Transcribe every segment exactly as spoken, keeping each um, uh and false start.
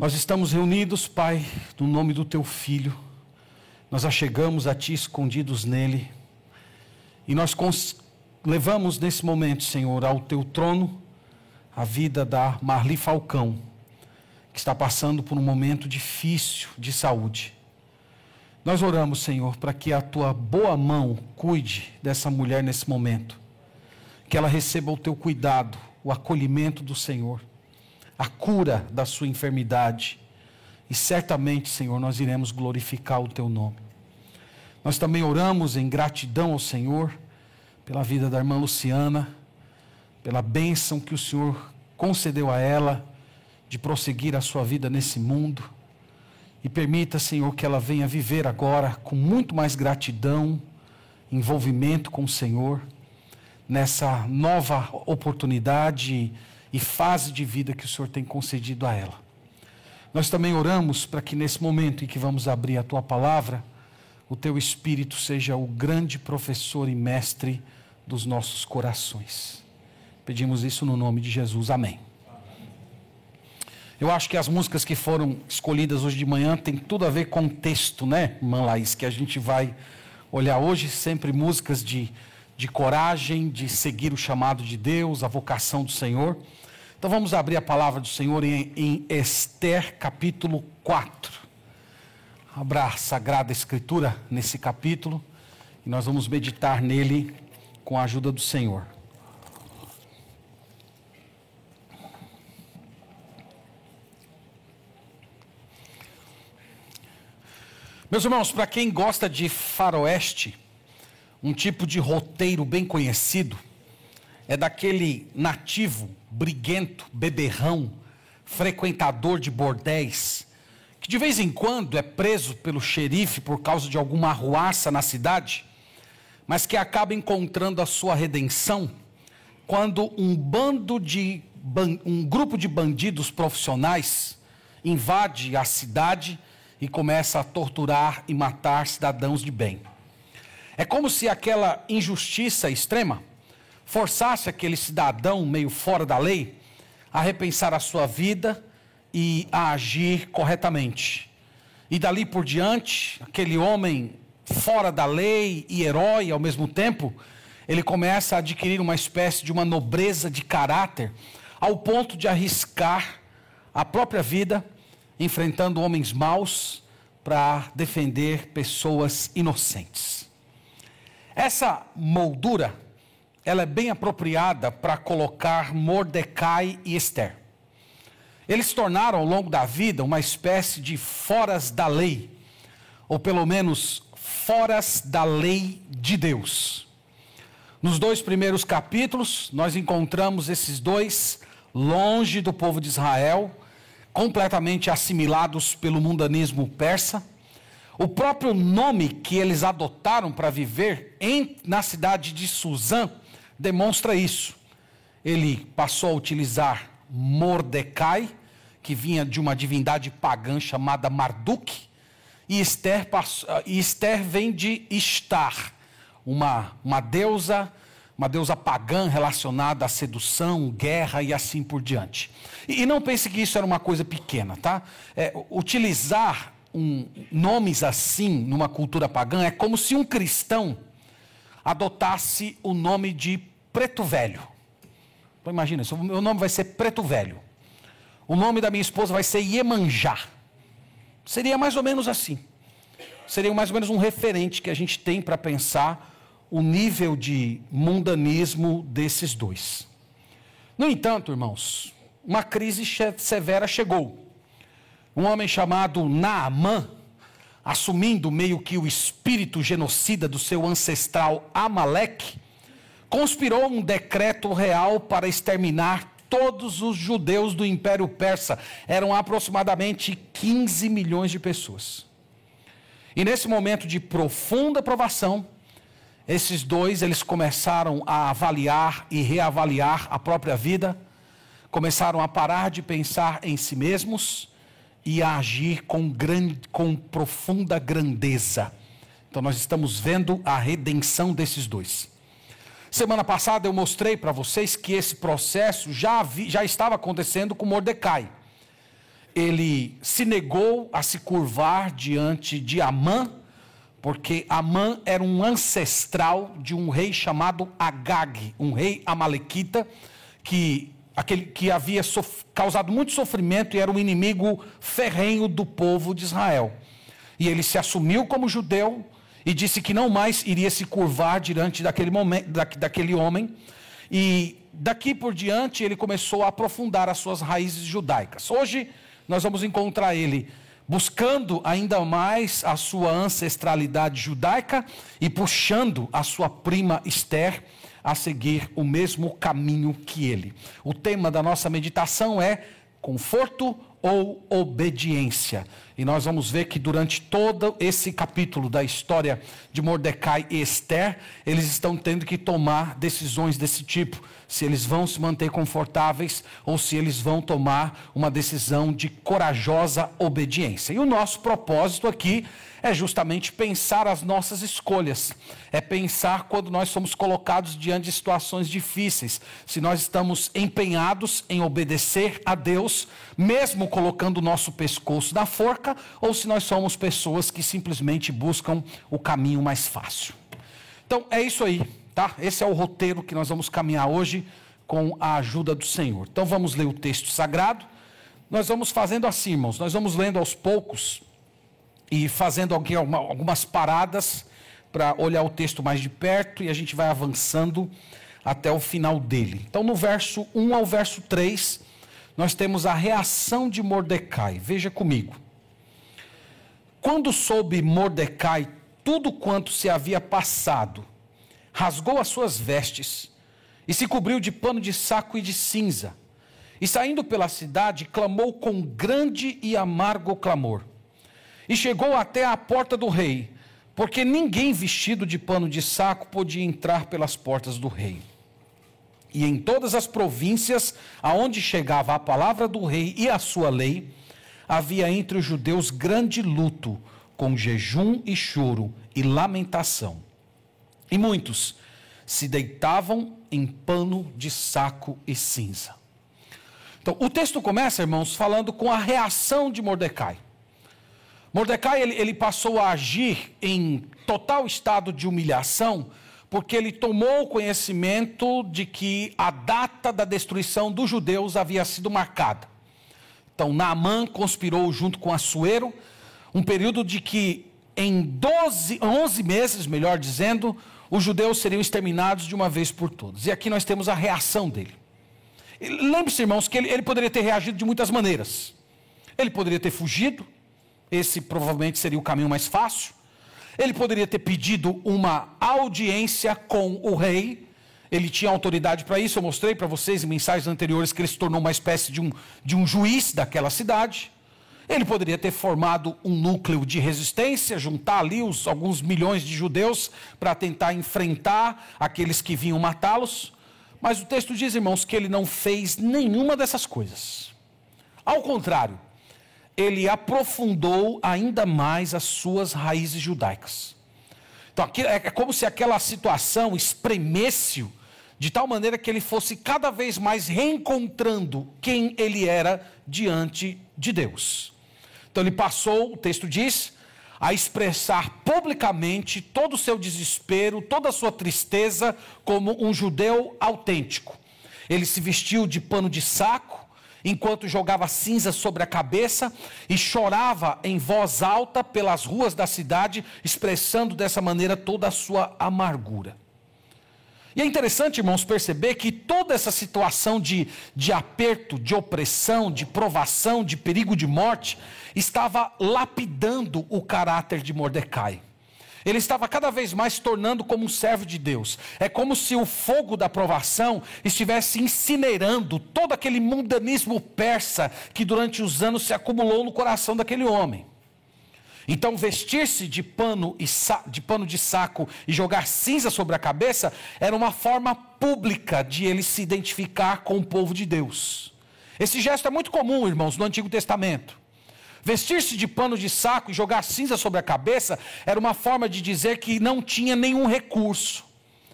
Nós estamos reunidos, Pai, no nome do Teu Filho. Nós achegamos a Ti escondidos nele. E nós cons- levamos nesse momento, Senhor, ao Teu trono, a vida da Marli Falcão, que está passando por um momento difícil de saúde. Nós oramos, Senhor, para que a Tua boa mão cuide dessa mulher nesse momento. Que ela receba o Teu cuidado, o acolhimento do Senhor, a cura da sua enfermidade. E certamente, Senhor, nós iremos glorificar o Teu nome. Nós também oramos em gratidão ao Senhor, pela vida da irmã Luciana, pela bênção que o Senhor concedeu a ela, de prosseguir a sua vida nesse mundo. E permita, Senhor, que ela venha viver agora com muito mais gratidão, envolvimento com o Senhor, nessa nova oportunidade e fase de vida que o Senhor tem concedido a ela. Nós também oramos para que nesse momento em que vamos abrir a Tua palavra, o Teu Espírito seja o grande professor e mestre dos nossos corações. Pedimos isso no nome de Jesus, amém. Eu acho que as músicas que foram escolhidas hoje de manhã têm tudo a ver com o texto, né, irmã Laís, que a gente vai olhar hoje, sempre músicas de, de coragem, de seguir o chamado de Deus, a vocação do Senhor. Então vamos abrir a palavra do Senhor em, em Esther capítulo quatro. Abra a Sagrada Escritura nesse capítulo e nós vamos meditar nele com a ajuda do Senhor. Meus irmãos, para quem gosta de faroeste, um tipo de roteiro bem conhecido é daquele nativo, briguento, beberrão, frequentador de bordéis, que de vez em quando é preso pelo xerife por causa de alguma arruaça na cidade, mas que acaba encontrando a sua redenção quando um bando de, um grupo de bandidos profissionais invade a cidade e começa a torturar e matar cidadãos de bem. É como se aquela injustiça extrema forçasse aquele cidadão meio fora da lei a repensar a sua vida e a agir corretamente. E dali por diante, aquele homem fora da lei e herói ao mesmo tempo, ele começa a adquirir uma espécie de uma nobreza de caráter, ao ponto de arriscar a própria vida, enfrentando homens maus para defender pessoas inocentes. Essa moldura, ela é bem apropriada para colocar Mordecai e Esther. Eles se tornaram ao longo da vida uma espécie de foras da lei, ou pelo menos foras da lei de Deus. Nos dois primeiros capítulos, nós encontramos esses dois longe do povo de Israel, completamente assimilados pelo mundanismo persa. O próprio nome que eles adotaram para viver em, na cidade de Suzã demonstra isso. Ele passou a utilizar Mordecai, que vinha de uma divindade pagã chamada Marduk, e Esther, passou, e Esther vem de Ishtar, uma, uma deusa uma deusa pagã relacionada à sedução, guerra e assim por diante. E, e não pense que isso era uma coisa pequena, tá? É, utilizar um, nomes assim numa cultura pagã é como se um cristão adotasse o nome de Preto Velho. Então imagina, o meu nome vai ser Preto Velho. O nome da minha esposa vai ser Iemanjá. Seria mais ou menos assim. Seria mais ou menos um referente que a gente tem para pensar o nível de mundanismo desses dois. No entanto, irmãos, uma crise severa chegou. Um homem chamado Naamã, assumindo meio que o espírito genocida do seu ancestral Amaleque, conspirou um decreto real para exterminar todos os judeus do Império Persa. Eram aproximadamente quinze milhões de pessoas. E nesse momento de profunda provação, esses dois, eles começaram a avaliar e reavaliar a própria vida, começaram a parar de pensar em si mesmos e a agir com, grande, com profunda grandeza. Então nós estamos vendo a redenção desses dois. Semana passada eu mostrei para vocês que esse processo já, vi, já estava acontecendo com Mordecai. ele se negou a se curvar diante de Amã, porque Amã era um ancestral de um rei chamado Agag, um rei amalequita, que, aquele, que havia sof- causado muito sofrimento e era um inimigo ferrenho do povo de Israel. E ele se assumiu como judeu e disse que não mais iria se curvar diante daquele, momento, da, daquele homem. E daqui por diante ele começou a aprofundar as suas raízes judaicas. Hoje nós vamos encontrar ele buscando ainda mais a sua ancestralidade judaica e puxando a sua prima Esther a seguir o mesmo caminho que ele. O tema da nossa meditação é conforto ou obediência. E nós vamos ver que durante todo esse capítulo da história de Mordecai e Esther, eles estão tendo que tomar decisões desse tipo. Se eles vão se manter confortáveis ou se eles vão tomar uma decisão de corajosa obediência. E o nosso propósito aqui é justamente pensar as nossas escolhas. É pensar quando nós somos colocados diante de situações difíceis. Se nós estamos empenhados em obedecer a Deus, mesmo colocando o nosso pescoço na forca, ou se nós somos pessoas que simplesmente buscam o caminho mais fácil. Então é isso aí, tá? Esse é o roteiro que nós vamos caminhar hoje com a ajuda do Senhor. Então vamos ler o texto sagrado. Nós vamos fazendo assim, irmãos, nós vamos lendo aos poucos e fazendo aqui algumas paradas para olhar o texto mais de perto e a gente vai avançando até o final dele. Então no verso um ao verso três, nós temos a reação de Mordecai. Veja comigo. Quando soube Mordecai tudo quanto se havia passado, rasgou as suas vestes e se cobriu de pano de saco e de cinza. E saindo pela cidade, clamou com grande e amargo clamor. E chegou até a porta do rei, porque ninguém vestido de pano de saco podia entrar pelas portas do rei. E em todas as províncias aonde chegava a palavra do rei e a sua lei, havia entre os judeus grande luto, com jejum e choro e lamentação. E muitos se deitavam em pano de saco e cinza. Então, o texto começa, irmãos, falando com a reação de Mordecai. Mordecai, ele, ele passou a agir em total estado de humilhação, porque ele tomou conhecimento de que a data da destruição dos judeus havia sido marcada. Então, Naamã conspirou junto com Assuero, um período de que em doze, onze meses, melhor dizendo, os judeus seriam exterminados de uma vez por todas. E aqui nós temos a reação dele. Lembre-se, irmãos, que ele, ele poderia ter reagido de muitas maneiras. Ele poderia ter fugido. Esse provavelmente seria o caminho mais fácil. Ele poderia ter pedido uma audiência com o rei. Ele tinha autoridade para isso. Eu mostrei para vocês em mensagens anteriores que ele se tornou uma espécie de um, de um juiz daquela cidade. Ele poderia ter formado um núcleo de resistência, juntar ali os, alguns milhões de judeus para tentar enfrentar aqueles que vinham matá-los. Mas o texto diz, irmãos, que ele não fez nenhuma dessas coisas. Ao contrário, ele aprofundou ainda mais as suas raízes judaicas. Então, aqui é como se aquela situação espremesse-o de tal maneira que ele fosse cada vez mais reencontrando quem ele era diante de Deus. Então, ele passou, o texto diz, a expressar publicamente todo o seu desespero, toda a sua tristeza como um judeu autêntico. Ele se vestiu de pano de saco, enquanto jogava cinza sobre a cabeça e chorava em voz alta pelas ruas da cidade, expressando dessa maneira toda a sua amargura. E é interessante, irmãos, perceber que toda essa situação de, de aperto, de opressão, de provação, de perigo de morte, estava lapidando o caráter de Mordecai. Ele estava cada vez mais se tornando como um servo de Deus. É como se o fogo da provação estivesse incinerando todo aquele mundanismo persa que durante os anos se acumulou no coração daquele homem. Então, vestir-se de pano, e sa- de pano de saco e jogar cinza sobre a cabeça era uma forma pública de ele se identificar com o povo de Deus. Esse gesto é muito comum, irmãos, no Antigo Testamento. Vestir-se de pano de saco e jogar cinza sobre a cabeça era uma forma de dizer que não tinha nenhum recurso,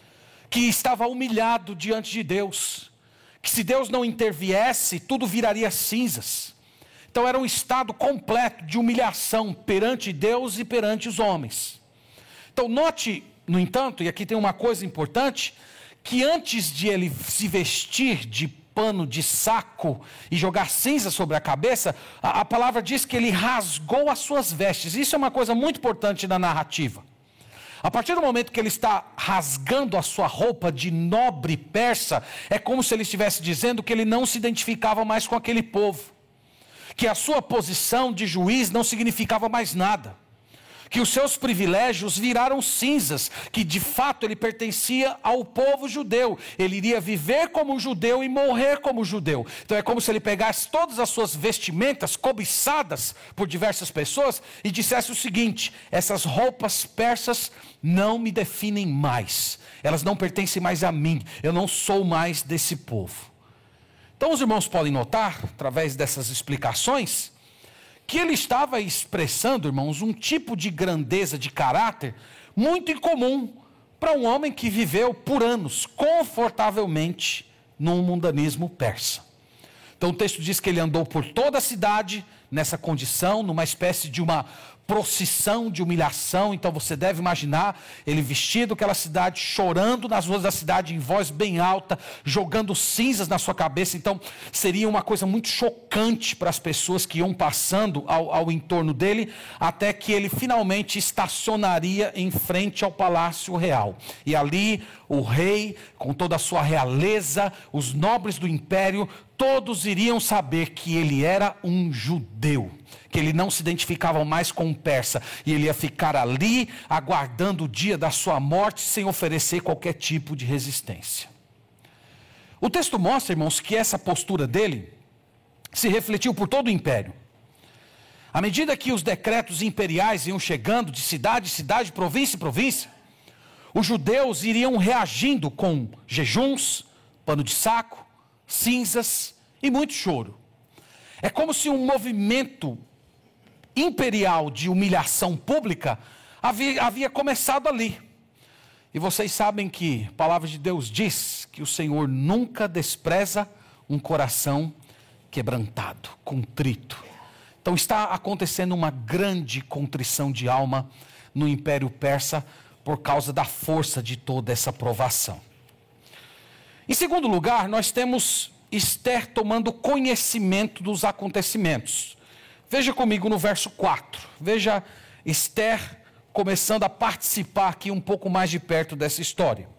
que estava humilhado diante de Deus, que se Deus não interviesse, tudo viraria cinzas. Então era um estado completo de humilhação perante Deus e perante os homens. Então note, no entanto, e aqui tem uma coisa importante, que antes de ele se vestir de pano de saco e jogar cinza sobre a cabeça, a, a palavra diz que ele rasgou as suas vestes. Isso é uma coisa muito importante na narrativa. A partir do momento que ele está rasgando a sua roupa de nobre persa, é como se ele estivesse dizendo que ele não se identificava mais com aquele povo, que a sua posição de juiz não significava mais nada, que os seus privilégios viraram cinzas, que de fato ele pertencia ao povo judeu, ele iria viver como um judeu e morrer como judeu. Então é como se ele pegasse todas as suas vestimentas cobiçadas por diversas pessoas e dissesse o seguinte: essas roupas persas não me definem mais, elas não pertencem mais a mim, eu não sou mais desse povo. Então os irmãos podem notar, através dessas explicações, que ele estava expressando, irmãos, um tipo de grandeza de caráter muito incomum para um homem que viveu por anos confortavelmente num mundanismo persa. Então o texto diz que ele andou por toda a cidade nessa condição, numa espécie de uma procissão de humilhação. Então você deve imaginar ele vestido aquela cidade, chorando nas ruas da cidade em voz bem alta, jogando cinzas na sua cabeça. Então seria uma coisa muito chocante para as pessoas que iam passando ao, ao entorno dele, até que ele finalmente estacionaria em frente ao palácio real. E ali o rei, com toda a sua realeza, os nobres do império, todos iriam saber que ele era um judeu, que ele não se identificava mais com um persa, e ele ia ficar ali aguardando o dia da sua morte sem oferecer qualquer tipo de resistência. O texto mostra, irmãos, que essa postura dele se refletiu por todo o império. À medida que os decretos imperiais iam chegando de cidade em cidade, província em província, os judeus iriam reagindo com jejuns, pano de saco, cinzas e muito choro. É como se um movimento imperial de humilhação pública havia, havia começado ali. E vocês sabem que a palavra de Deus diz que o Senhor nunca despreza um coração quebrantado, contrito. Então está acontecendo uma grande contrição de alma no Império Persa por causa da força de toda essa provação. Em segundo lugar, nós temos Esther tomando conhecimento dos acontecimentos. Veja comigo no verso quatro. Veja Esther começando a participar aqui um pouco mais de perto dessa história.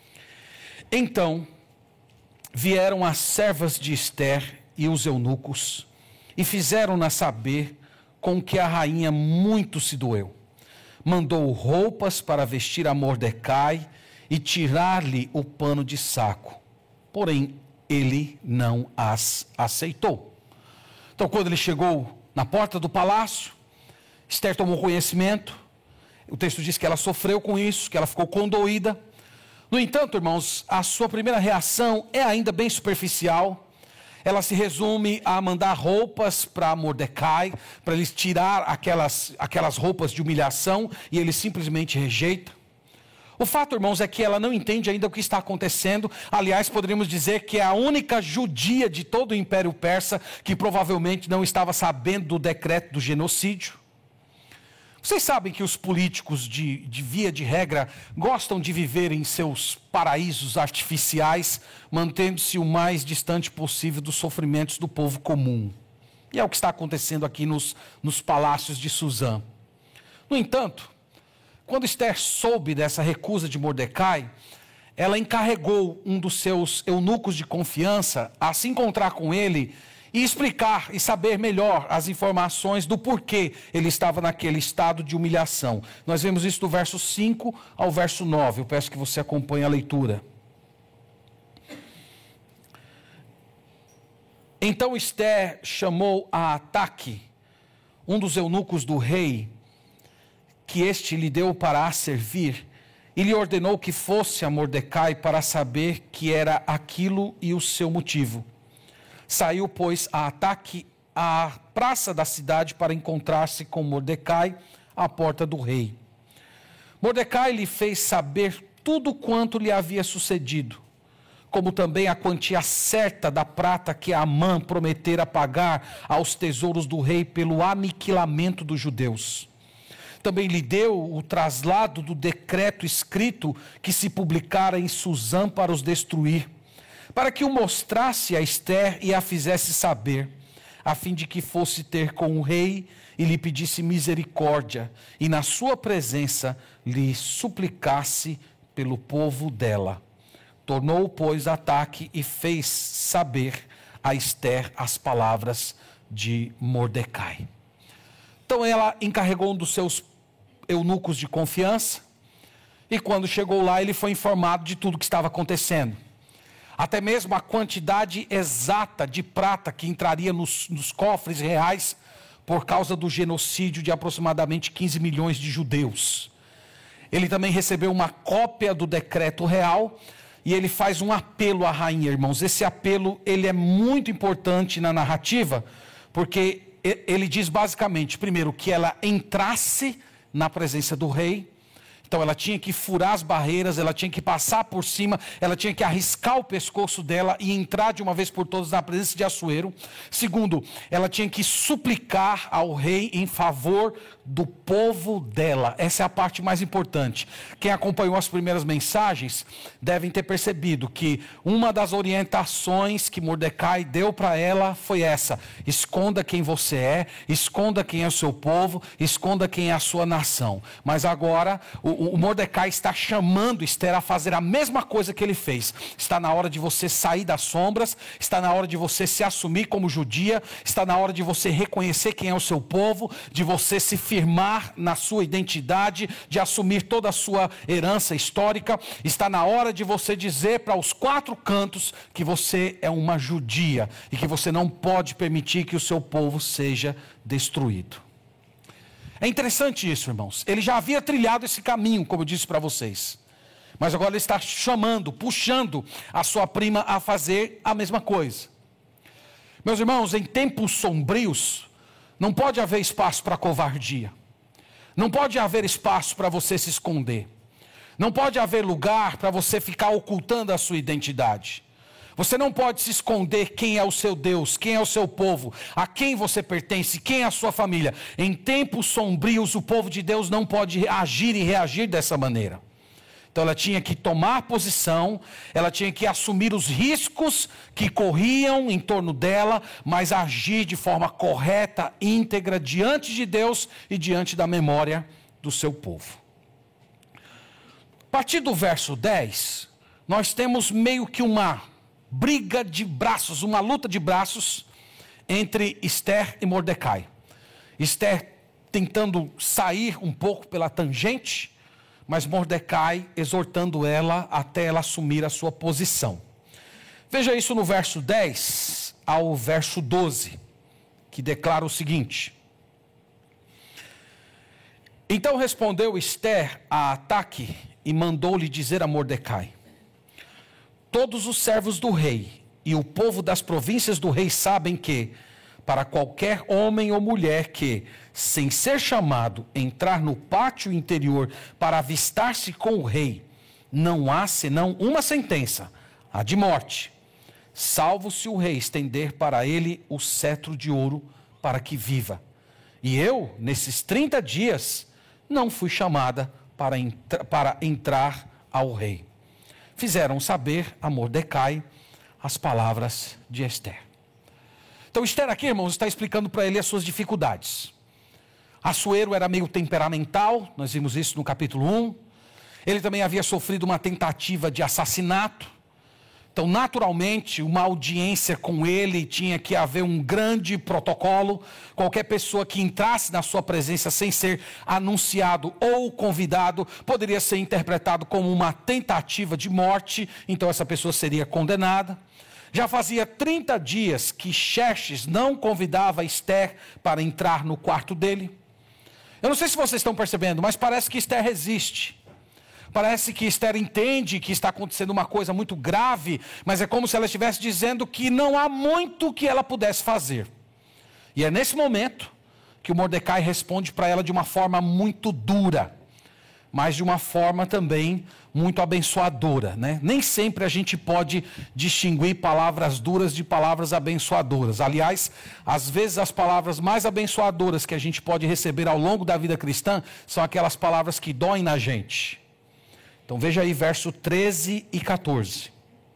Então, vieram as servas de Esther e os eunucos e fizeram-na saber com que a rainha muito se doeu. Mandou roupas para vestir a Mordecai e tirar-lhe o pano de saco. Porém, ele não as aceitou. Então, quando ele chegou na porta do palácio, Esther tomou conhecimento. O texto diz que ela sofreu com isso, que ela ficou condoída. No entanto, irmãos, a sua primeira reação é ainda bem superficial. Ela se resume a mandar roupas para Mordecai, para ele tirar aquelas, aquelas roupas de humilhação, e ele simplesmente rejeita. O fato, irmãos, é que ela não entende ainda o que está acontecendo. Aliás, poderíamos dizer que é a única judia de todo o Império Persa que provavelmente não estava sabendo do decreto do genocídio. Vocês sabem que os políticos, de, de via de regra, gostam de viver em seus paraísos artificiais, mantendo-se o mais distante possível dos sofrimentos do povo comum. E é o que está acontecendo aqui nos, nos palácios de Suzã. No entanto, quando Esther soube dessa recusa de Mordecai, ela encarregou um dos seus eunucos de confiança a se encontrar com ele e explicar e saber melhor as informações do porquê ele estava naquele estado de humilhação. Nós vemos isso do verso cinco ao verso nove. Eu peço que você acompanhe a leitura. Então Esther chamou a Ataque, um dos eunucos do rei, que este lhe deu para a servir, e lhe ordenou que fosse a Mordecai para saber que era aquilo e o seu motivo. Saiu, pois, a Ataque à praça da cidade para encontrar-se com Mordecai à porta do rei. Mordecai lhe fez saber tudo quanto lhe havia sucedido, como também a quantia certa da prata que Amã prometera pagar aos tesouros do rei pelo aniquilamento dos judeus. Também lhe deu o traslado do decreto escrito que se publicara em Susã para os destruir, para que o mostrasse a Ester e a fizesse saber, a fim de que fosse ter com o rei e lhe pedisse misericórdia, e na sua presença lhe suplicasse pelo povo dela. Tornou, pois, ataque e fez saber a Ester as palavras de Mordecai. Então ela encarregou um dos seus eunucos de confiança, e quando chegou lá ele foi informado de tudo que estava acontecendo. Até mesmo a quantidade exata de prata que entraria nos, nos cofres reais por causa do genocídio de aproximadamente quinze milhões de judeus. Ele também recebeu uma cópia do decreto real e ele faz um apelo à rainha, irmãos. Esse apelo ele é muito importante na narrativa, porque ele diz basicamente, primeiro, que ela entrasse na presença do rei. Então ela tinha que furar as barreiras, ela tinha que passar por cima, ela tinha que arriscar o pescoço dela e entrar de uma vez por todas na presença de Assuero. Segundo, ela tinha que suplicar ao rei em favor do povo dela. Essa é a parte mais importante. Quem acompanhou as primeiras mensagens devem ter percebido que uma das orientações que Mordecai deu para ela foi essa: esconda quem você é, esconda quem é o seu povo, esconda quem é a sua nação. Mas agora o O Mordecai está chamando Ester a fazer a mesma coisa que ele fez. Está na hora de você sair das sombras, está na hora de você se assumir como judia, está na hora de você reconhecer quem é o seu povo, de você se firmar na sua identidade, de assumir toda a sua herança histórica. Está na hora de você dizer para os quatro cantos que você é uma judia e que você não pode permitir que o seu povo seja destruído. É interessante isso, irmãos. Ele já havia trilhado esse caminho, como eu disse para vocês. Mas agora ele está chamando, puxando a sua prima a fazer a mesma coisa. Meus irmãos, em tempos sombrios, não pode haver espaço para covardia. Não pode haver espaço para você se esconder. Não pode haver lugar para você ficar ocultando a sua identidade. Você não pode se esconder quem é o seu Deus, quem é o seu povo, a quem você pertence, quem é a sua família. Em tempos sombrios, o povo de Deus não pode agir e reagir dessa maneira. Então ela tinha que tomar posição, ela tinha que assumir os riscos que corriam em torno dela, mas agir de forma correta, íntegra, diante de Deus e diante da memória do seu povo. A partir do verso dez, nós temos meio que uma briga de braços, uma luta de braços entre Ester e Mordecai. Ester tentando sair um pouco pela tangente, mas Mordecai exortando ela até ela assumir a sua posição. Veja isso no verso dez ao verso doze, que declara o seguinte: Então respondeu Ester a Ataque e mandou-lhe dizer a Mordecai: Todos os servos do rei e o povo das províncias do rei sabem que, para qualquer homem ou mulher que, sem ser chamado, entrar no pátio interior para avistar-se com o rei, não há senão uma sentença, a de morte, salvo se o rei estender para ele o cetro de ouro para que viva. E eu, nesses trinta dias, não fui chamada para, entra- para entrar ao rei. Fizeram saber a Mordecai as palavras de Ester. Então Ester aqui, irmãos, está explicando para ele as suas dificuldades. Assuero era meio temperamental, nós vimos isso no capítulo um. Ele também havia sofrido uma tentativa de assassinato. Então, naturalmente, uma audiência com ele tinha que haver um grande protocolo. Qualquer pessoa que entrasse na sua presença sem ser anunciado ou convidado poderia ser interpretado como uma tentativa de morte. Então, essa pessoa seria condenada. Já fazia trinta dias que Xerxes não convidava Ester para entrar no quarto dele. Eu não sei se vocês estão percebendo, mas parece que Ester resiste. Parece que Ester entende que está acontecendo uma coisa muito grave, mas é como se ela estivesse dizendo que não há muito que ela pudesse fazer. E é nesse momento que o Mordecai responde para ela de uma forma muito dura. mas de uma forma também muito abençoadora, né? Nem sempre a gente pode distinguir palavras duras de palavras abençoadoras. Aliás, às vezes as palavras mais abençoadoras que a gente pode receber ao longo da vida cristã são aquelas palavras que doem na gente. Então veja aí verso treze e quatorze.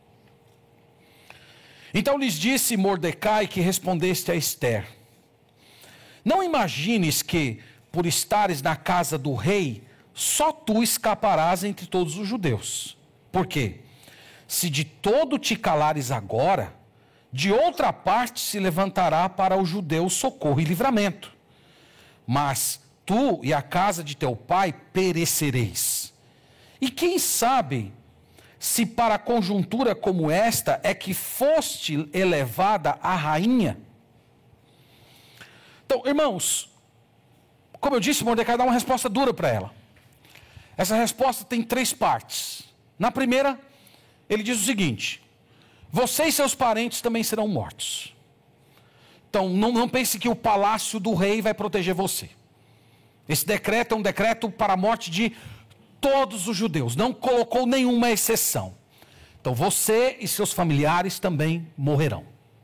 Então lhes disse Mordecai que respondeste a Ester: não imagines que, por estares na casa do rei, só tu escaparás entre todos os judeus. Por quê? Se de todo te calares agora, de outra parte se levantará para os judeus socorro e livramento. Mas tu e a casa de teu pai perecereis. E quem sabe se para conjuntura como esta é que foste elevada a rainha? Então, irmãos, como eu disse, Mordecai dá uma resposta dura para ela. Essa resposta tem três partes. Na primeira, ele diz o seguinte: você e seus parentes também serão mortos. Então, não, não pense que o palácio do rei vai proteger você. Esse decreto é um decreto para a morte de todos os judeus. Não colocou nenhuma exceção. Então, você e seus familiares também morrerão.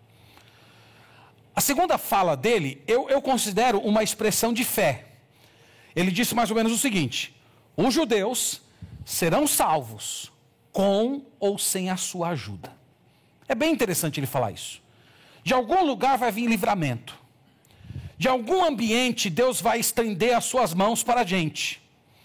A segunda fala dele, eu, eu considero uma expressão de fé. Ele disse mais ou menos o seguinte: os judeus serão salvos com ou sem a sua ajuda. É bem interessante ele falar isso. De algum lugar vai vir livramento. De algum ambiente Deus vai estender as suas mãos para a gente.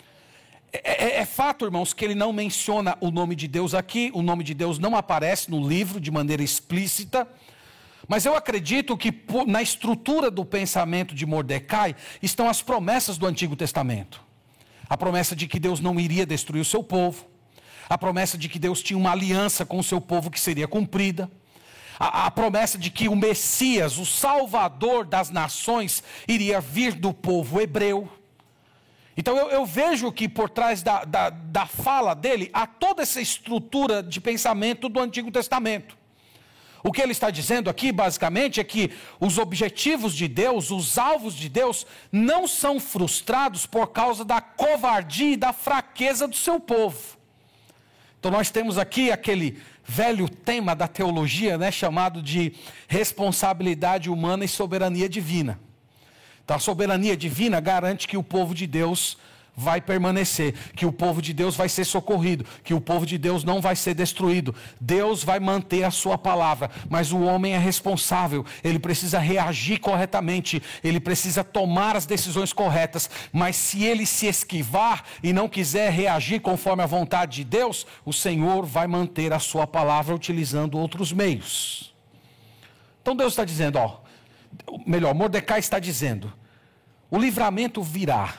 É, é, é fato, irmãos, que ele não menciona o nome de Deus aqui. O nome de Deus não aparece no livro de maneira explícita. Mas eu acredito que na estrutura do pensamento de Mordecai estão as promessas do Antigo Testamento. A promessa de que Deus não iria destruir o seu povo. A promessa de que Deus tinha uma aliança com o seu povo que seria cumprida. A, a promessa de que o Messias, o Salvador das nações, iria vir do povo hebreu. Então eu, eu vejo que por trás da, da, da fala dele há toda essa estrutura de pensamento do Antigo Testamento. O que ele está dizendo aqui, basicamente, é que os objetivos de Deus, os alvos de Deus, não são frustrados por causa da covardia e da fraqueza do seu povo. Então nós temos aqui aquele velho tema da teologia, né, chamado de responsabilidade humana e soberania divina. Então a soberania divina garante que o povo de Deus vai permanecer, que o povo de Deus vai ser socorrido, que o povo de Deus não vai ser destruído. Deus vai manter a sua palavra, mas o homem é responsável, ele precisa reagir corretamente, ele precisa tomar as decisões corretas, mas se ele se esquivar e não quiser reagir conforme a vontade de Deus, o Senhor vai manter a sua palavra utilizando outros meios. Então Deus está dizendo, ó, melhor, Mordecai está dizendo, o livramento virá,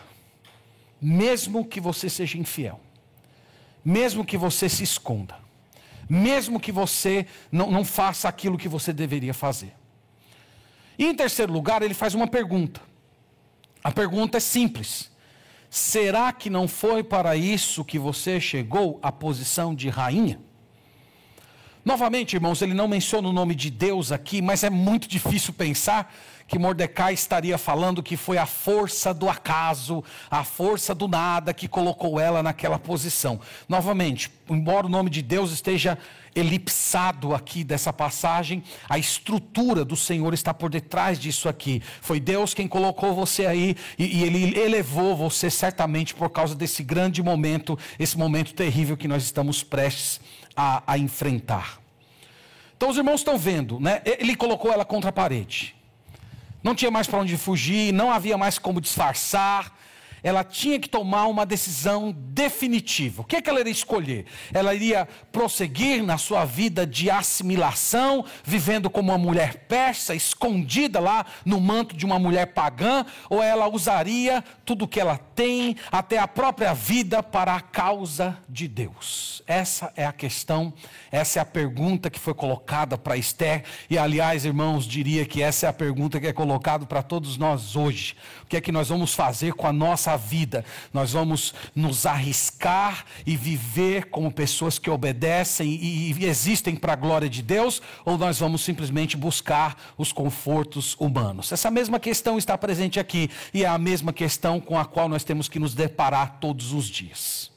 mesmo que você seja infiel, mesmo que você se esconda, mesmo que você não, não faça aquilo que você deveria fazer. E em terceiro lugar, ele faz uma pergunta. A pergunta é simples: será que não foi para isso que você chegou à posição de rainha? Novamente, irmãos, ele não menciona o nome de Deus aqui, mas é muito difícil pensar que Mordecai estaria falando que foi a força do acaso, a força do nada que colocou ela naquela posição. Novamente, embora o nome de Deus esteja elipsado aqui dessa passagem, a estrutura do Senhor está por detrás disso aqui. Foi Deus quem colocou você aí e, e Ele elevou você certamente por causa desse grande momento, esse momento terrível que nós estamos prestes a, a enfrentar. Então os irmãos estão vendo, né? Ele colocou ela contra a parede. Não tinha mais para onde fugir, não havia mais como disfarçar. Ela tinha que tomar uma decisão definitiva. O que é que ela iria escolher? Ela iria prosseguir na sua vida de assimilação, vivendo como uma mulher persa, escondida lá no manto de uma mulher pagã, ou ela usaria tudo o que ela tem, até a própria vida, para a causa de Deus? Essa é a questão, essa é a pergunta que foi colocada para Ester, e aliás, irmãos, diria que essa é a pergunta que é colocada para todos nós hoje. O que é que nós vamos fazer com a nossa nossa vida, nós vamos nos arriscar e viver como pessoas que obedecem e, e existem para a glória de Deus, ou nós vamos simplesmente buscar os confortos humanos? Essa mesma questão está presente aqui, e é a mesma questão com a qual nós temos que nos deparar todos os dias.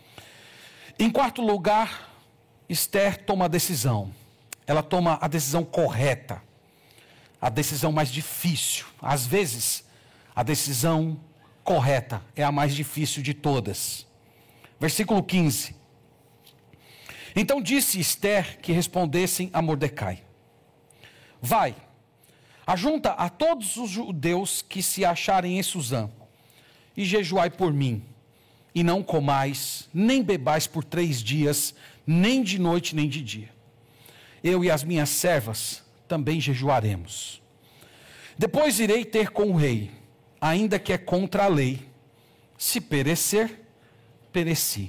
Em quarto lugar, Esther toma a decisão. Ela toma a decisão correta, a decisão mais difícil. Às vezes, a decisão correta é a mais difícil de todas. Versículo quinze. Então disse Esther que respondessem a Mordecai: vai, ajunta a todos os judeus que se acharem em Suzã, e jejuai por mim, e não comais, nem bebais por três dias, nem de noite, nem de dia. Eu e as minhas servas também jejuaremos. Depois irei ter com o rei, ainda que é contra a lei. Se perecer, pereci.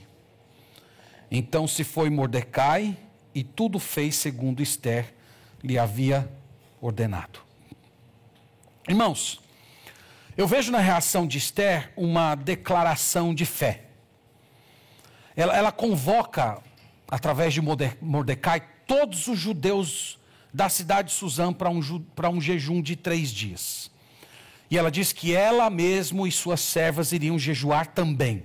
Então se foi Mordecai, e tudo fez segundo Esther lhe havia ordenado. Irmãos, eu vejo na reação de Esther uma declaração de fé. Ela, ela convoca, através de Mordecai, todos os judeus da cidade de Suzã para um, para um jejum de três dias. E ela diz que ela mesma e suas servas iriam jejuar também.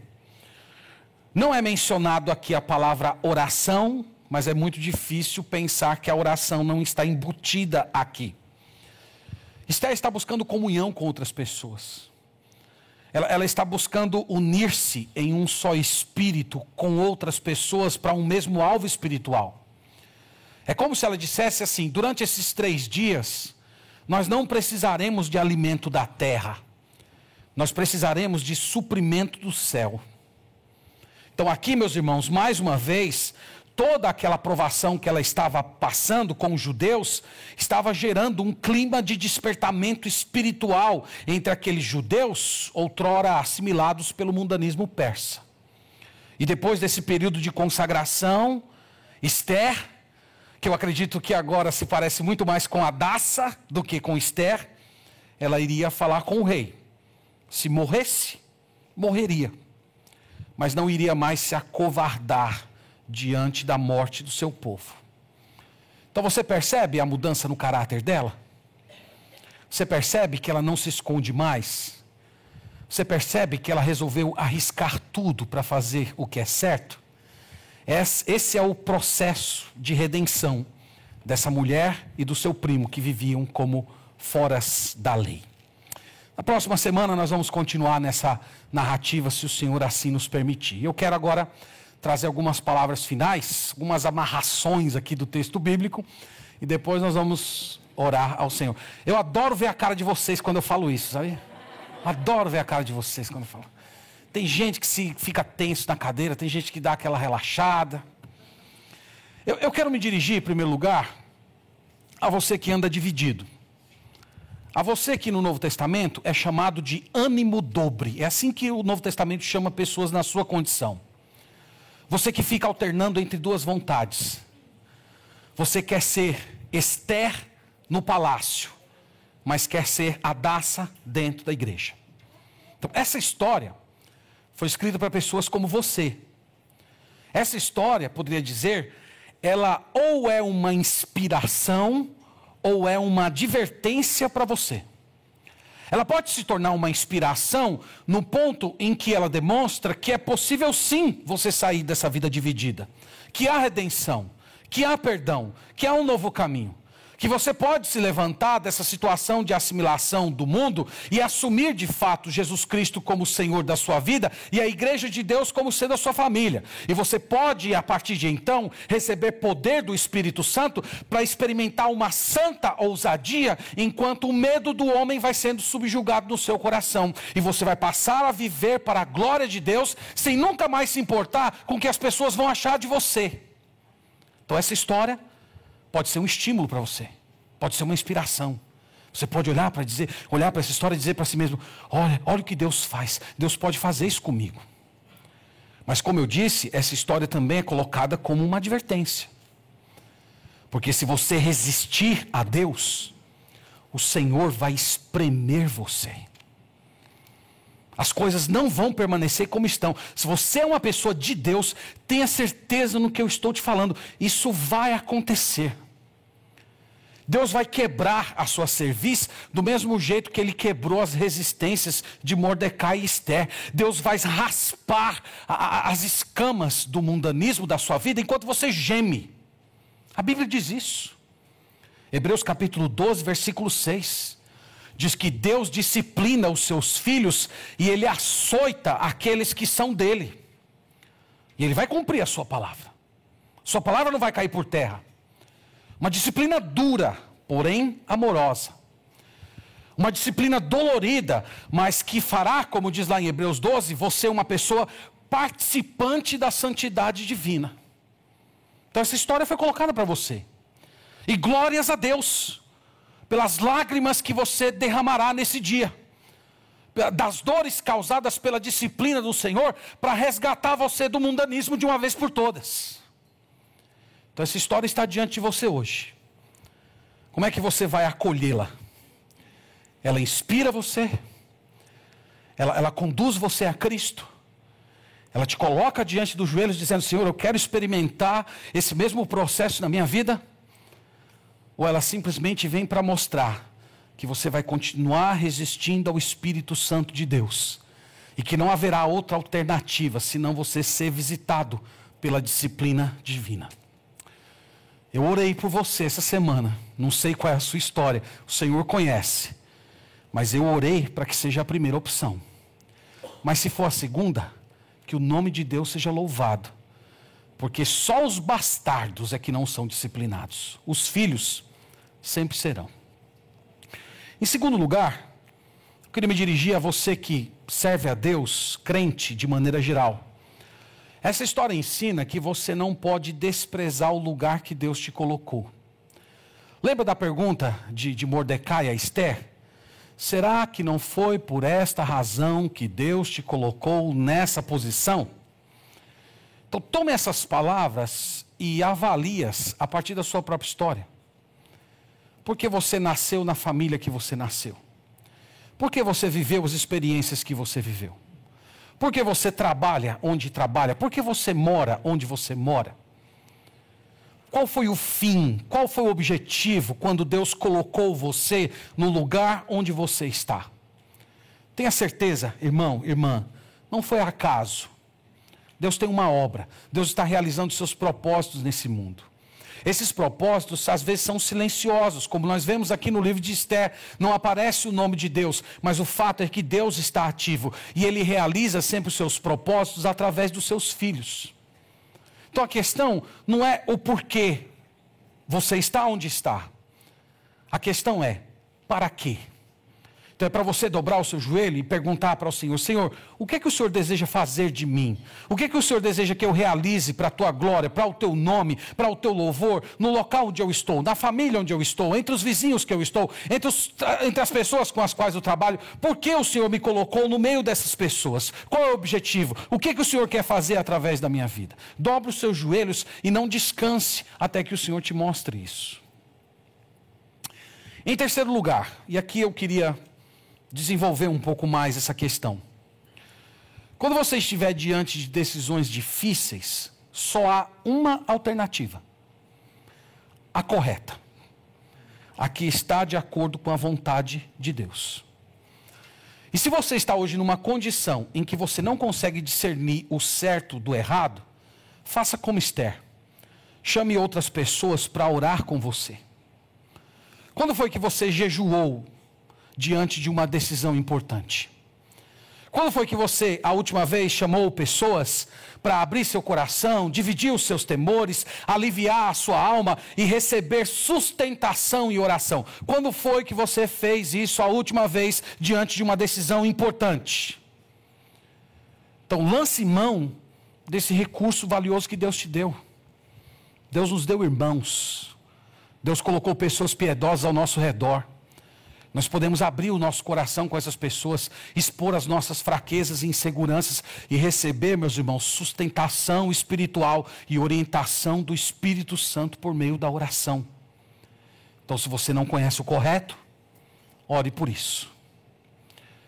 Não é mencionado aqui a palavra oração, mas é muito difícil pensar que a oração não está embutida aqui. Esther está buscando comunhão com outras pessoas. Ela, ela está buscando unir-se em um só espírito com outras pessoas para um mesmo alvo espiritual. É como se ela dissesse assim: durante esses três dias, nós não precisaremos de alimento da terra, nós precisaremos de suprimento do céu. Então aqui, meus irmãos, mais uma vez, toda aquela provação que ela estava passando com os judeus, estava gerando um clima de despertamento espiritual entre aqueles judeus, outrora assimilados pelo mundanismo persa. E depois desse período de consagração, Esther, que eu acredito que agora se parece muito mais com Hadassa do que com Esther, ela iria falar com o rei. Se morresse, morreria, mas não iria mais se acovardar diante da morte do seu povo. Então você percebe a mudança no caráter dela? Você percebe que ela não se esconde mais? Você percebe que ela resolveu arriscar tudo para fazer o que é certo? Esse é o processo de redenção dessa mulher e do seu primo que viviam como foras da lei. Na próxima semana nós vamos continuar nessa narrativa, se o Senhor assim nos permitir. Eu quero agora trazer algumas palavras finais, algumas amarrações aqui do texto bíblico, e depois nós vamos orar ao Senhor. Eu adoro ver a cara de vocês quando eu falo isso, sabe? Adoro ver a cara de vocês quando eu falo. Tem gente que se fica tenso na cadeira, tem gente que dá aquela relaxada. Eu, eu quero me dirigir, em primeiro lugar, a você que anda dividido. A você que no Novo Testamento é chamado de ânimo dobre. É assim que o Novo Testamento chama pessoas na sua condição. Você que fica alternando entre duas vontades. Você quer ser Esther no palácio, mas quer ser Hadassa dentro da igreja. Então, essa história foi escrita para pessoas como você. Essa história, poderia dizer, ela ou é uma inspiração ou é uma advertência para você. Ela pode se tornar uma inspiração no ponto em que ela demonstra que é possível sim você sair dessa vida dividida. Que há redenção, que há perdão, que há um novo caminho. Que você pode se levantar dessa situação de assimilação do mundo e assumir de fato Jesus Cristo como Senhor da sua vida e a igreja de Deus como sendo a sua família. E você pode, a partir de então, receber poder do Espírito Santo para experimentar uma santa ousadia, enquanto o medo do homem vai sendo subjugado no seu coração. E você vai passar a viver para a glória de Deus, sem nunca mais se importar com o que as pessoas vão achar de você. Então essa história pode ser um estímulo para você, pode ser uma inspiração. Você pode olhar para dizer, olhar para essa história e dizer para si mesmo: olha, olha o que Deus faz. Deus pode fazer isso comigo. Mas como eu disse, essa história também é colocada como uma advertência. Porque se você resistir a Deus, o Senhor vai espremer você. As coisas não vão permanecer como estão. Se você é uma pessoa de Deus, tenha certeza no que eu estou te falando. Isso vai acontecer. Deus vai quebrar a sua cerviz do mesmo jeito que ele quebrou as resistências de Mordecai e Esther. Deus vai raspar a, a, as escamas do mundanismo da sua vida enquanto você geme. A Bíblia diz isso. Hebreus capítulo doze, versículo seis. Diz que Deus disciplina os seus filhos e ele açoita aqueles que são dele. E ele vai cumprir a sua palavra. Sua palavra não vai cair por terra. Uma disciplina dura, porém amorosa. Uma disciplina dolorida, mas que fará, como diz lá em Hebreus doze, você uma pessoa participante da santidade divina. Então essa história foi colocada para você. E glórias a Deus, pelas lágrimas que você derramará nesse dia. Das dores causadas pela disciplina do Senhor, para resgatar você do mundanismo de uma vez por todas. Então essa história está diante de você hoje. Como é que você vai acolhê-la? Ela inspira você, ela, ela conduz você a Cristo, ela te coloca diante dos joelhos dizendo: Senhor, eu quero experimentar esse mesmo processo na minha vida. Ou ela simplesmente vem para mostrar que você vai continuar resistindo ao Espírito Santo de Deus, e que não haverá outra alternativa senão você ser visitado pela disciplina divina. Eu orei por você essa semana, não sei qual é a sua história, o Senhor conhece, mas eu orei para que seja a primeira opção. Mas se for a segunda, que o nome de Deus seja louvado, porque só os bastardos é que não são disciplinados, os filhos sempre serão. Em segundo lugar, eu queria me dirigir a você que serve a Deus, crente de maneira geral. Essa história ensina que você não pode desprezar o lugar que Deus te colocou. Lembra da pergunta de, de Mordecai a Esther? Será que não foi por esta razão que Deus te colocou nessa posição? Então tome essas palavras e avalie-as a partir da sua própria história. Por que você nasceu na família que você nasceu? Por que você viveu as experiências que você viveu? Por que você trabalha onde trabalha? Por que você mora onde você mora? Qual foi o fim? Qual foi o objetivo quando Deus colocou você no lugar onde você está? Tenha certeza, irmão, irmã, não foi acaso. Deus tem uma obra. Deus está realizando seus propósitos nesse mundo. Esses propósitos às vezes são silenciosos, como nós vemos aqui no livro de Esther. Não aparece o nome de Deus, mas o fato é que Deus está ativo. E Ele realiza sempre os seus propósitos através dos seus filhos. Então a questão não é o porquê você está onde está. A questão é, para quê? Então é para você dobrar o seu joelho e perguntar para o Senhor: Senhor, o que é que o Senhor deseja fazer de mim? O que é que o Senhor deseja que eu realize para a tua glória, para o teu nome, para o teu louvor, no local onde eu estou, na família onde eu estou, entre os vizinhos que eu estou, entre, os, entre as pessoas com as quais eu trabalho? Por que o Senhor me colocou no meio dessas pessoas? Qual é o objetivo? O que é que o Senhor quer fazer através da minha vida? Dobre os seus joelhos e não descanse até que o Senhor te mostre isso. Em terceiro lugar, e aqui eu queria desenvolver um pouco mais essa questão. Quando você estiver diante de decisões difíceis, só há uma alternativa: a correta, a que está de acordo com a vontade de Deus. E se você está hoje numa condição em que você não consegue discernir o certo do errado, faça como Esther. Chame outras pessoas para orar com você. Quando foi que você jejuou diante de uma decisão importante? Quando foi que você, a última vez, chamou pessoas para abrir seu coração, dividir os seus temores, aliviar a sua alma e receber sustentação e oração? Quando foi que você fez isso a última vez diante de uma decisão importante? Então lance mão desse recurso valioso que Deus te deu. Deus nos deu irmãos. Deus colocou pessoas piedosas ao nosso redor. Nós podemos abrir o nosso coração com essas pessoas, expor as nossas fraquezas e inseguranças e receber, meus irmãos, sustentação espiritual e orientação do Espírito Santo por meio da oração. Então, se você não conhece o correto, ore por isso.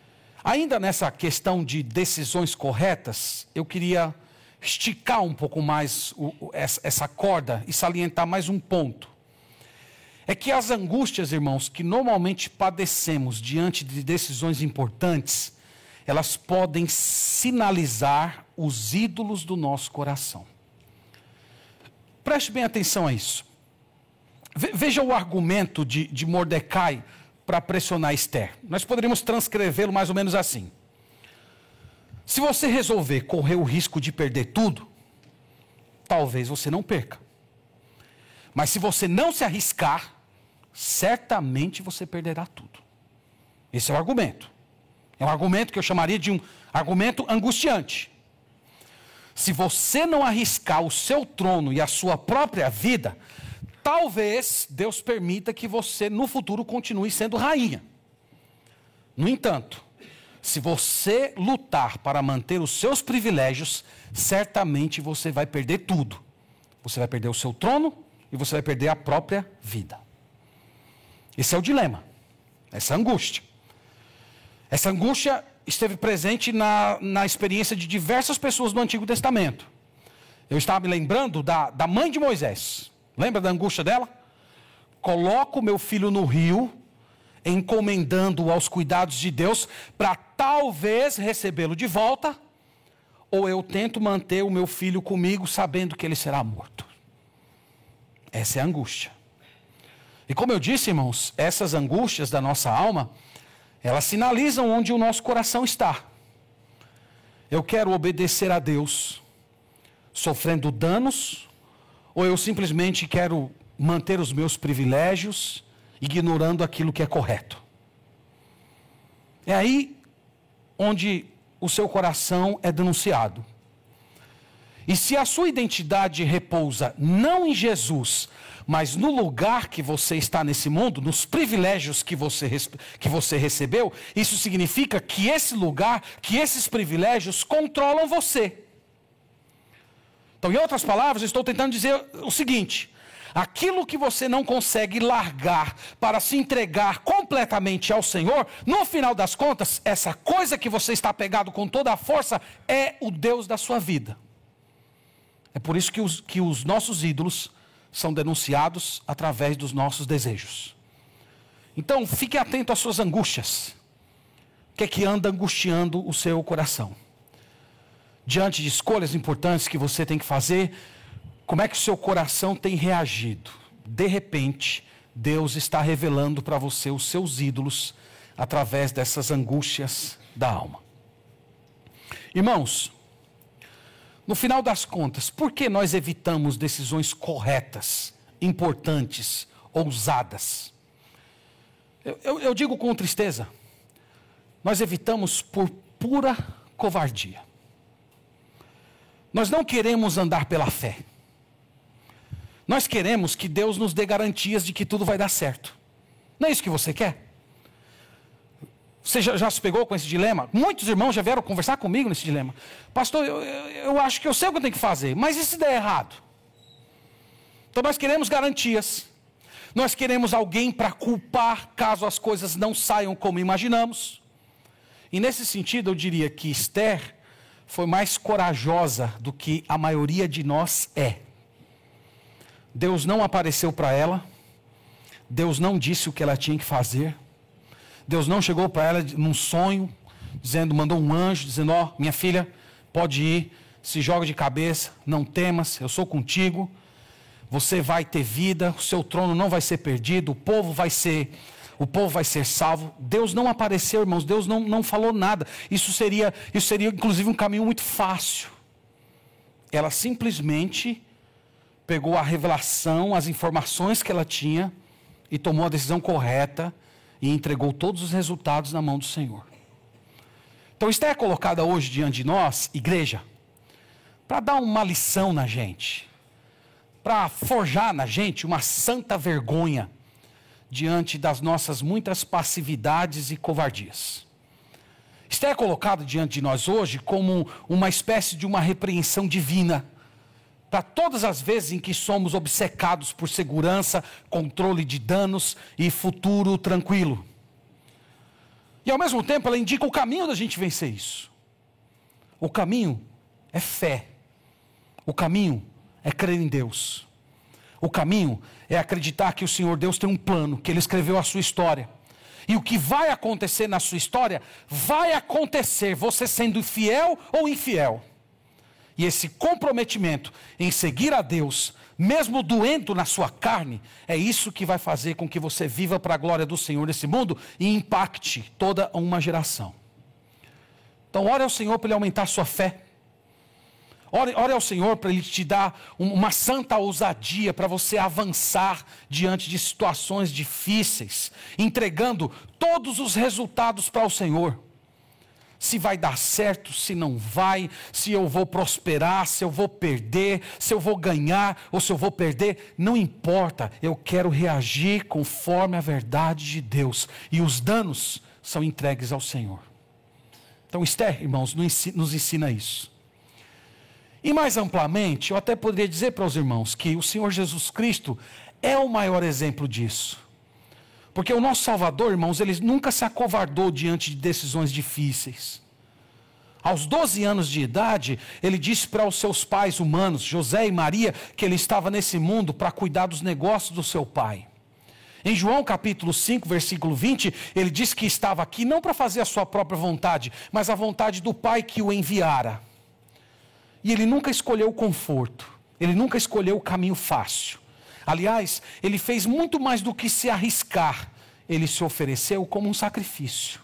Ainda nessa questão de decisões corretas, eu queria esticar um pouco mais o, essa corda e salientar mais um ponto. É que as angústias, irmãos, que normalmente padecemos diante de decisões importantes, elas podem sinalizar os ídolos do nosso coração. Preste bem atenção a isso. Veja o argumento de, de Mordecai para pressionar Esther. Nós poderíamos transcrevê-lo mais ou menos assim. Se você resolver correr o risco de perder tudo, talvez você não perca. Mas se você não se arriscar, certamente você perderá tudo. Esse é o argumento. É um argumento que eu chamaria de um argumento angustiante. Se você não arriscar o seu trono e a sua própria vida, talvez Deus permita que você no futuro continue sendo rainha. No entanto, se você lutar para manter os seus privilégios, certamente você vai perder tudo. Você vai perder o seu trono e você vai perder a própria vida. Esse é o dilema, essa angústia. Essa angústia esteve presente na, na experiência de diversas pessoas do Antigo Testamento. Eu estava me lembrando da, da mãe de Moisés. Lembra da angústia dela? Coloco meu filho no rio, encomendando-o aos cuidados de Deus, para talvez recebê-lo de volta, ou eu tento manter o meu filho comigo, sabendo que ele será morto. Essa é a angústia. E como eu disse, irmãos, essas angústias da nossa alma, elas sinalizam onde o nosso coração está. Eu quero obedecer a Deus, sofrendo danos, ou eu simplesmente quero manter os meus privilégios, ignorando aquilo que é correto. É aí onde o seu coração é denunciado. E se a sua identidade repousa não em Jesus, mas no lugar que você está nesse mundo, nos privilégios que você, que você recebeu, isso significa que esse lugar, que esses privilégios controlam você. Então, em outras palavras, eu estou tentando dizer o seguinte: aquilo que você não consegue largar para se entregar completamente ao Senhor, no final das contas, essa coisa que você está pegado com toda a força é o Deus da sua vida. É por isso que os, que os nossos ídolos são denunciados através dos nossos desejos. Então, fique atento às suas angústias. O que é que anda angustiando o seu coração? Diante de escolhas importantes que você tem que fazer, como é que o seu coração tem reagido? De repente, Deus está revelando para você os seus ídolos através dessas angústias da alma. Irmãos, no final das contas, por que nós evitamos decisões corretas, importantes, ousadas? Eu, eu, eu digo com tristeza, nós evitamos por pura covardia. Nós não queremos andar pela fé. Nós queremos que Deus nos dê garantias de que tudo vai dar certo. Não é isso que você quer? Você já, já se pegou com esse dilema? Muitos irmãos já vieram conversar comigo nesse dilema. Pastor, eu, eu, eu acho que eu sei o que eu tenho que fazer, mas e se der errado? Então nós queremos garantias. Nós queremos alguém para culpar caso as coisas não saiam como imaginamos. E nesse sentido eu diria que Esther foi mais corajosa do que a maioria de nós é. Deus não apareceu para ela, Deus não disse o que ela tinha que fazer, Deus não chegou para ela num sonho, dizendo, mandou um anjo, dizendo, ó, oh, minha filha, pode ir, se joga de cabeça, não temas, eu sou contigo, você vai ter vida, o seu trono não vai ser perdido, o povo vai ser, o povo vai ser salvo. Deus não apareceu, irmãos, Deus não, não falou nada. Isso seria, isso seria inclusive um caminho muito fácil. Ela simplesmente pegou a revelação, as informações que ela tinha e tomou a decisão correta e entregou todos os resultados na mão do Senhor. Então, Esther é colocada hoje diante de nós, igreja, para dar uma lição na gente, para forjar na gente uma santa vergonha diante das nossas muitas passividades e covardias. Esther é colocado diante de nós hoje como uma espécie de uma repreensão divina, para todas as vezes em que somos obcecados por segurança, controle de danos e futuro tranquilo. E ao mesmo tempo ela indica o caminho da gente vencer isso. O caminho é fé. O caminho é crer em Deus. O caminho é acreditar que o Senhor Deus tem um plano, que Ele escreveu a sua história. E o que vai acontecer na sua história, vai acontecer, você sendo fiel ou infiel. E esse comprometimento em seguir a Deus, mesmo doendo na sua carne, é isso que vai fazer com que você viva para a glória do Senhor nesse mundo e impacte toda uma geração. Então ore ao Senhor para Ele aumentar a sua fé. Ore, ore ao Senhor para Ele te dar uma santa ousadia para você avançar diante de situações difíceis, entregando todos os resultados para o Senhor. Se vai dar certo, se não vai, se eu vou prosperar, se eu vou perder, se eu vou ganhar ou se eu vou perder, não importa, eu quero reagir conforme a verdade de Deus. E os danos são entregues ao Senhor. Então Esther, irmãos, nos ensina isso. E mais amplamente, eu até poderia dizer para os irmãos que o Senhor Jesus Cristo é o maior exemplo disso. Porque o nosso Salvador, irmãos, ele nunca se acovardou diante de decisões difíceis. Aos doze anos de idade, ele disse para os seus pais humanos, José e Maria, que ele estava nesse mundo para cuidar dos negócios do seu pai. Em João capítulo cinco, versículo vinte, ele disse que estava aqui não para fazer a sua própria vontade, mas a vontade do Pai que o enviara. E ele nunca escolheu o conforto, ele nunca escolheu o caminho fácil. Aliás, ele fez muito mais do que se arriscar, ele se ofereceu como um sacrifício.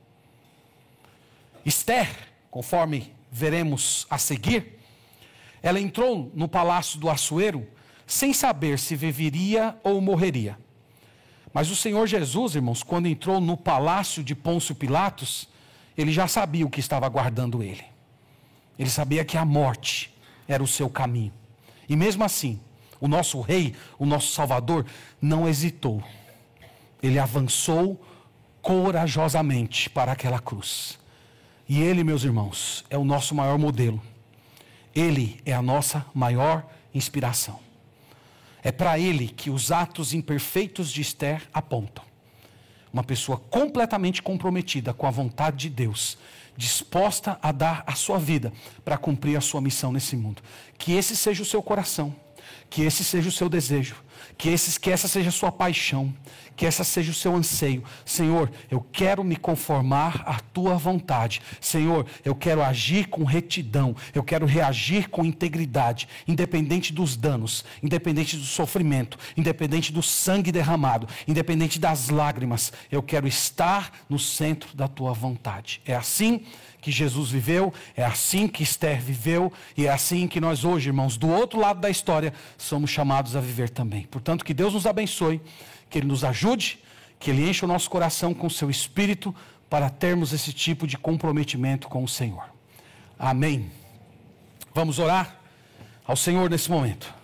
Esther, conforme veremos a seguir, ela entrou no palácio do Assuero sem saber se viveria ou morreria. Mas o Senhor Jesus, irmãos, quando entrou no palácio de Pôncio Pilatos, ele já sabia o que estava aguardando ele. Ele sabia que a morte era o seu caminho. E mesmo assim, o nosso rei, o nosso Salvador, não hesitou. Ele avançou corajosamente para aquela cruz. E ele, meus irmãos, é o nosso maior modelo. Ele é a nossa maior inspiração. É para ele que os atos imperfeitos de Esther apontam. Uma pessoa completamente comprometida com a vontade de Deus, disposta a dar a sua vida para cumprir a sua missão nesse mundo. Que esse seja o seu coração, que esse seja o seu desejo, que, esse, que essa seja a sua paixão, que essa seja o seu anseio. Senhor, eu quero me conformar à tua vontade. Senhor, eu quero agir com retidão, eu quero reagir com integridade, independente dos danos, independente do sofrimento, independente do sangue derramado, independente das lágrimas. Eu quero estar no centro da tua vontade. É assim que Jesus viveu, é assim que Esther viveu, e é assim que nós hoje, irmãos, do outro lado da história, somos chamados a viver também. Portanto, que Deus nos abençoe, que Ele nos ajude, que Ele encha o nosso coração com o seu Espírito, para termos esse tipo de comprometimento com o Senhor. Amém. Vamos orar ao Senhor nesse momento.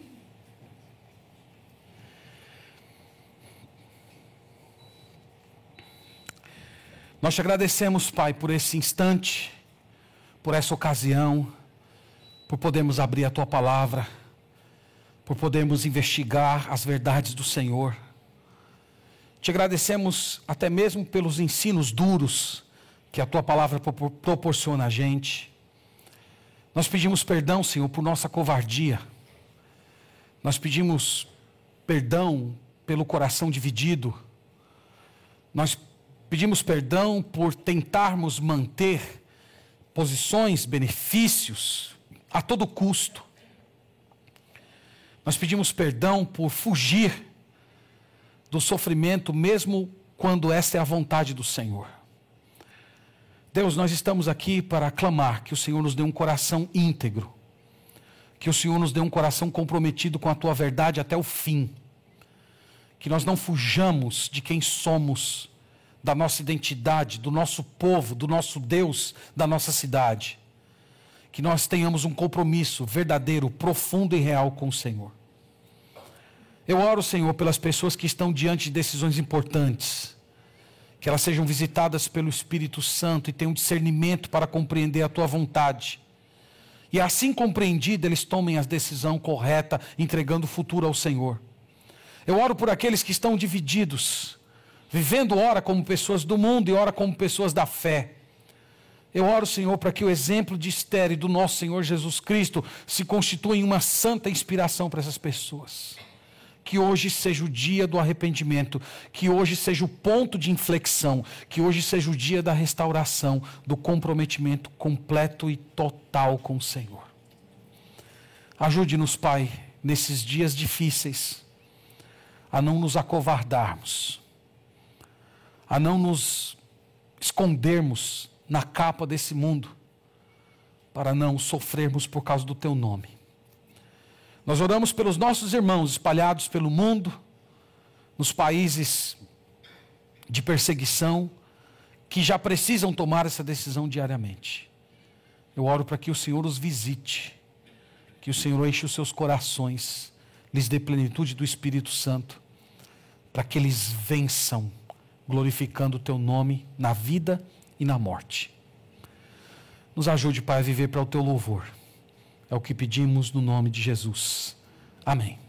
Nós te agradecemos, Pai, por esse instante, por essa ocasião, por podermos abrir a Tua Palavra, por podermos investigar as verdades do Senhor. Te agradecemos até mesmo pelos ensinos duros que a Tua Palavra proporciona a gente. Nós pedimos perdão, Senhor, por nossa covardia. Nós pedimos perdão pelo coração dividido. Nós pedimos perdão por tentarmos manter posições, benefícios a todo custo. Nós pedimos perdão por fugir do sofrimento, mesmo quando essa é a vontade do Senhor. Deus, nós estamos aqui para clamar que o Senhor nos dê um coração íntegro, que o Senhor nos dê um coração comprometido com a Tua verdade até o fim, que nós não fujamos de quem somos, da nossa identidade, do nosso povo, do nosso Deus, da nossa cidade. Que nós tenhamos um compromisso verdadeiro, profundo e real com o Senhor. Eu oro, Senhor, pelas pessoas que estão diante de decisões importantes, que elas sejam visitadas pelo Espírito Santo e tenham discernimento para compreender a Tua vontade. E assim compreendida, eles tomem a decisão correta, entregando o futuro ao Senhor. Eu oro por aqueles que estão divididos, vivendo ora como pessoas do mundo e ora como pessoas da fé. Eu oro, Senhor, para que o exemplo de Esther e do nosso Senhor Jesus Cristo se constitua em uma santa inspiração para essas pessoas. Que hoje seja o dia do arrependimento, que hoje seja o ponto de inflexão, que hoje seja o dia da restauração, do comprometimento completo e total com o Senhor. Ajude-nos, Pai, nesses dias difíceis, a não nos acovardarmos, a não nos escondermos na capa desse mundo, para não sofrermos por causa do Teu nome. Nós oramos pelos nossos irmãos espalhados pelo mundo, nos países de perseguição, que já precisam tomar essa decisão diariamente. Eu oro para que o Senhor os visite, que o Senhor enche os seus corações, lhes dê plenitude do Espírito Santo, para que eles vençam, glorificando o Teu nome na vida e na morte. Nos ajude, Pai, a viver para o Teu louvor. É o que pedimos no nome de Jesus. Amém.